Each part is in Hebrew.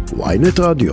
ynet רדיו.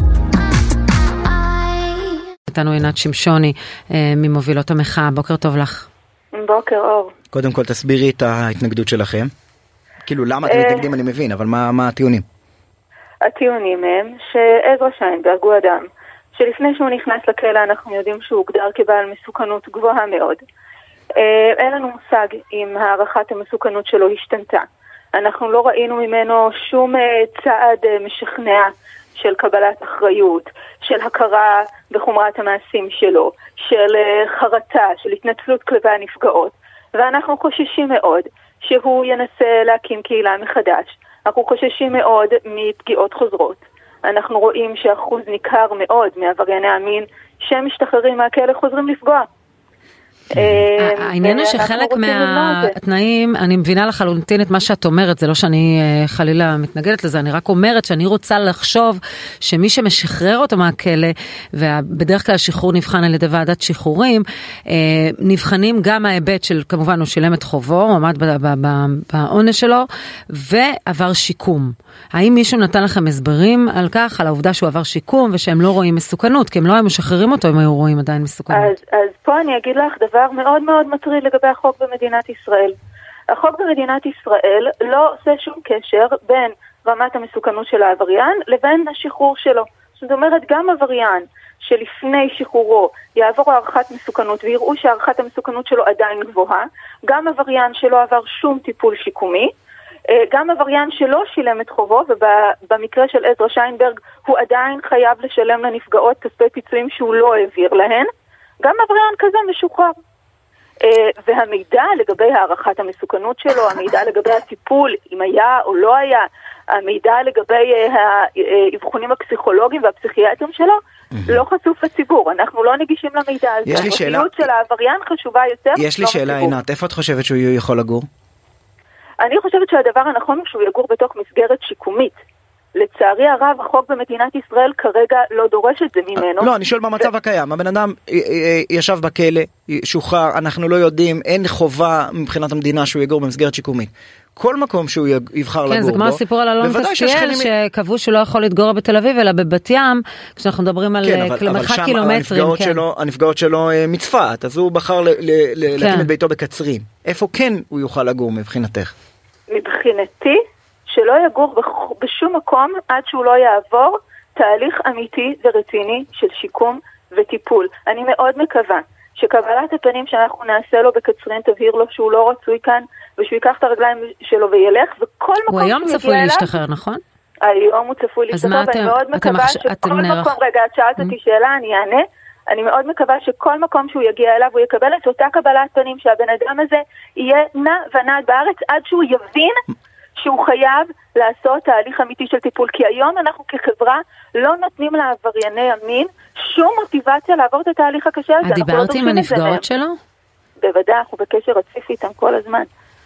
איתנו עינת שמשוני ממובילות המחאה. בוקר טוב לך. בוקר אור. קודם כל תסבירי את ההתנגדות שלכם. כאילו למה אתם מתנגדים אני מבין, אבל מה הטיעונים? הטיעונים הם שעזרא שיינברג הוא אדם שלפני שהוא נכנס לכלא אנחנו יודעים שהוא הוגדר כבעל מסוכנות גבוהה מאוד. אין לנו מושג אם הערכת המסוכנות שלו השתנתה. אנחנו לא ראינו ממנו שום צעד משכנע של קבלת אחריות, של הכרה בחומרת המעשים שלו, של חרטה, של התנצלות כלפי הנפגעות. ואנחנו חוששים מאוד שהוא ינסה להקים קהילה מחדש. אנחנו חוששים מאוד מפגיעות חוזרות. אנחנו רואים שאחוז ניכר מאוד מעברייני המין שמשתחררים מהכלא חוזרים לפגוע. העניין הוא שחלק מהתנאים, אני מבינה לחלוטין את מה שאת אומרת, זה לא שאני חלילה מתנגדת לזה, אני רק אומרת שאני רוצה לחשוב שמי שמשחרר אותו מהכלא, ובדרך כלל השחרור נבחן על ידי ועדת שחרורים, נבחנים גם ההיבט של כמובן הוא שילם את חובו, הוא עמד בעונש שלו, ועבר שיקום. האם מישהו נתן לכם הסברים על כך, על העובדה שהוא עבר שיקום, ושהם לא רואים מסוכנות, כי הם לא היו משחררים אותו, הם היו רואים עדיין מסוכנות? אז פה אני אגיד לך דבר מאוד מאוד מטריד לגבי החוק במדינת ישראל. החוק במדינת ישראל לא עושה שום קשר בין רמת המסוכנות של העבריין לבין השחרור שלו. זאת אומרת, גם עבריין שלפני שחרורו יעבור הערכת מסוכנות ויראו שהערכת המסוכנות שלו עדיין גבוהה, גם עבריין שלא עבר שום טיפול שיקומי, גם עבריין שלא שילם את חובו, ובמקרה של עזרא שיינברג הוא עדיין חייב לשלם לנפגעות כספי פיצויים שהוא לא העביר להן, גם עבריין כזה משוחרר. והמידע לגבי הערכת המסוכנות שלו, המידע לגבי הטיפול, אם היה או לא היה, המידע לגבי האבחונים הפסיכולוגיים והפסיכיאטריים שלו, לא חשוף לציבור. אנחנו לא נגישים למידע הזה. הפרטיות של העבריין חשובה יותר. יש לי שאלה, עינת, איפה את חושבת שהוא יכול לגור? אני חושבת שהדבר הנכון הוא שהוא יגור בתוך מסגרת שיקומית. לצערי הרב, החוק במדינת ישראל כרגע לא דורש את זה ממנו. לא, אני שואל במצב הקיים. הבן אדם ישב בכלא, שוחרר, אנחנו לא יודעים, אין חובה מבחינת המדינה שהוא יגור במסגרת שיקומית. כל מקום שהוא יבחר לגור בו. כן, זה כמו הסיפור על אלון קסטיאל, שקבעו שהוא לא יכול להתגור בתל אביב, אלא בבת ים, כשאנחנו מדברים על מרחק קילומטרים. הנפגעות שלו מצפת, אז הוא בחר להקים את ביתו בקצרין. איפה כן הוא יוכל לגור מבחינתך? מבחינתי, שלא יגור בשום מקום עד שהוא לא יעבור תהליך אמיתי ורציני של שיקום וטיפול. אני מאוד מקווה שקבלת הפנים שאנחנו נעשה לו בקצרין תבהיר לו שהוא לא רצוי כאן, ושהוא ייקח את הרגליים שלו וילך, וכל מקום הוא היום צפוי להשתחרר, נכון? היום הוא צפוי להשתחרר, ואני מאוד מקווה שכל מקום, רגע, את שאלת אותי שאלה, אני אענה, אני מאוד מקווה שכל מקום שהוא יגיע אליו, הוא יקבל את אותה קבלת פנים שהבן אדם הזה יהיה נע ונד בארץ, עד שהוא יבין שהוא חייב לעשות תהליך אמיתי של טיפול, כי היום אנחנו כחברה לא נותנים לעברייני המין שום מוטיבציה לעבור את התהליך הקשה הזה. דיברתי עם הנפגעות שלו? בוודאי, אנחנו בקשר רציף איתם כל הזמן.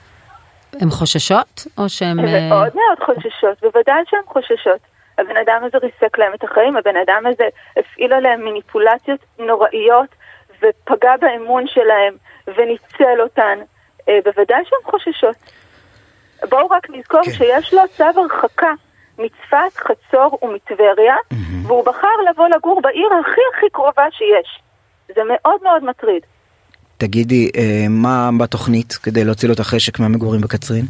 הן חוששות? או שהן... הן מאוד מאוד חוששות, בוודאי שהן חוששות. הבן אדם הזה ריסק להם את החיים, הבן אדם הזה הפעיל עליהם מניפולציות נוראיות, ופגע באמון שלהם, וניצל אותן. בוודאי שהן חוששות. בואו רק נזכור שיש לו צו הרחקה מצפת, חצור ומטבריה, והוא בחר לבוא לגור בעיר הכי הכי קרובה שיש. זה מאוד מאוד מטריד. תגידי, מה בתוכנית כדי להוציא לו את החשק מהמגורים בקצרין?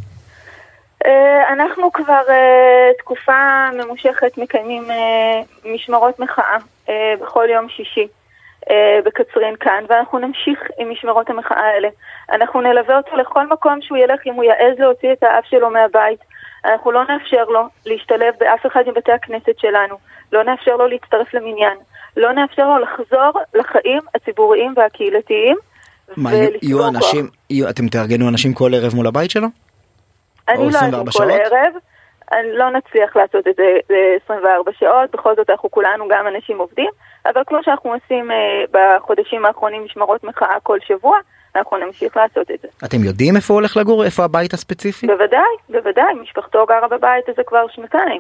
אנחנו כבר תקופה ממושכת מקיימים משמרות מחאה בכל יום שישי בקצרין כאן, ואנחנו נמשיך עם משמרות המחאה האלה. אנחנו נלווה אותו לכל מקום שהוא ילך, אם הוא יעז להוציא את האף שלו מהבית. אנחנו לא נאפשר לו להשתלב באף אחד מבתי הכנסת שלנו. לא נאפשר לו להצטרף למניין. לא נאפשר לו לחזור לחיים הציבוריים והקהילתיים. מה, יהיו אנשים, אתם תארגנו אנשים כל ערב מול הבית שלו? אני לא אעזור כל ערב. לא נצליח לעשות את זה 24 שעות. בכל זאת אנחנו כולנו גם אנשים עובדים. אבל כמו שאנחנו עושים בחודשים האחרונים משמרות מחאה כל שבוע, אנחנו נמשיך לעשות את זה. אתם יודעים איפה הוא הולך לגור? איפה הבית הספציפי? בוודאי, בוודאי. משפחתו גרה בבית הזה כבר שנתיים.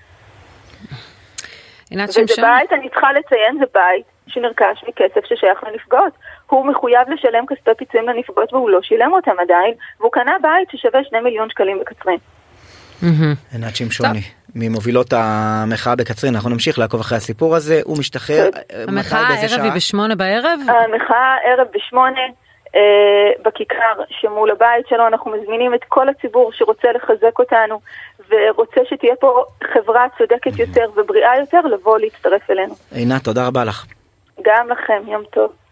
וזה בית, אני צריכה לציין, זה בית שנרכש מכסף ששייך לנפגעות. הוא מחויב לשלם כספי פיצויים לנפגעות והוא לא שילם אותם עדיין, והוא קנה בית ששווה 2 מיליון שקלים בקצרין. עינת שמשוני, ממובילות המחאה בקצרין, אנחנו נמשיך לעקוב אחרי הסיפור הזה, הוא משתחרר. המחאה הערב היא ב8 בערב? המחאה הערב ב8 בכיכר שמול הבית שלו, אנחנו מזמינים את כל הציבור שרוצה לחזק אותנו, ורוצה שתהיה פה חברה צודקת יותר ובריאה יותר, לבוא להצטרף אלינו. עינת, תודה רבה לך. גם לכם, יום טוב.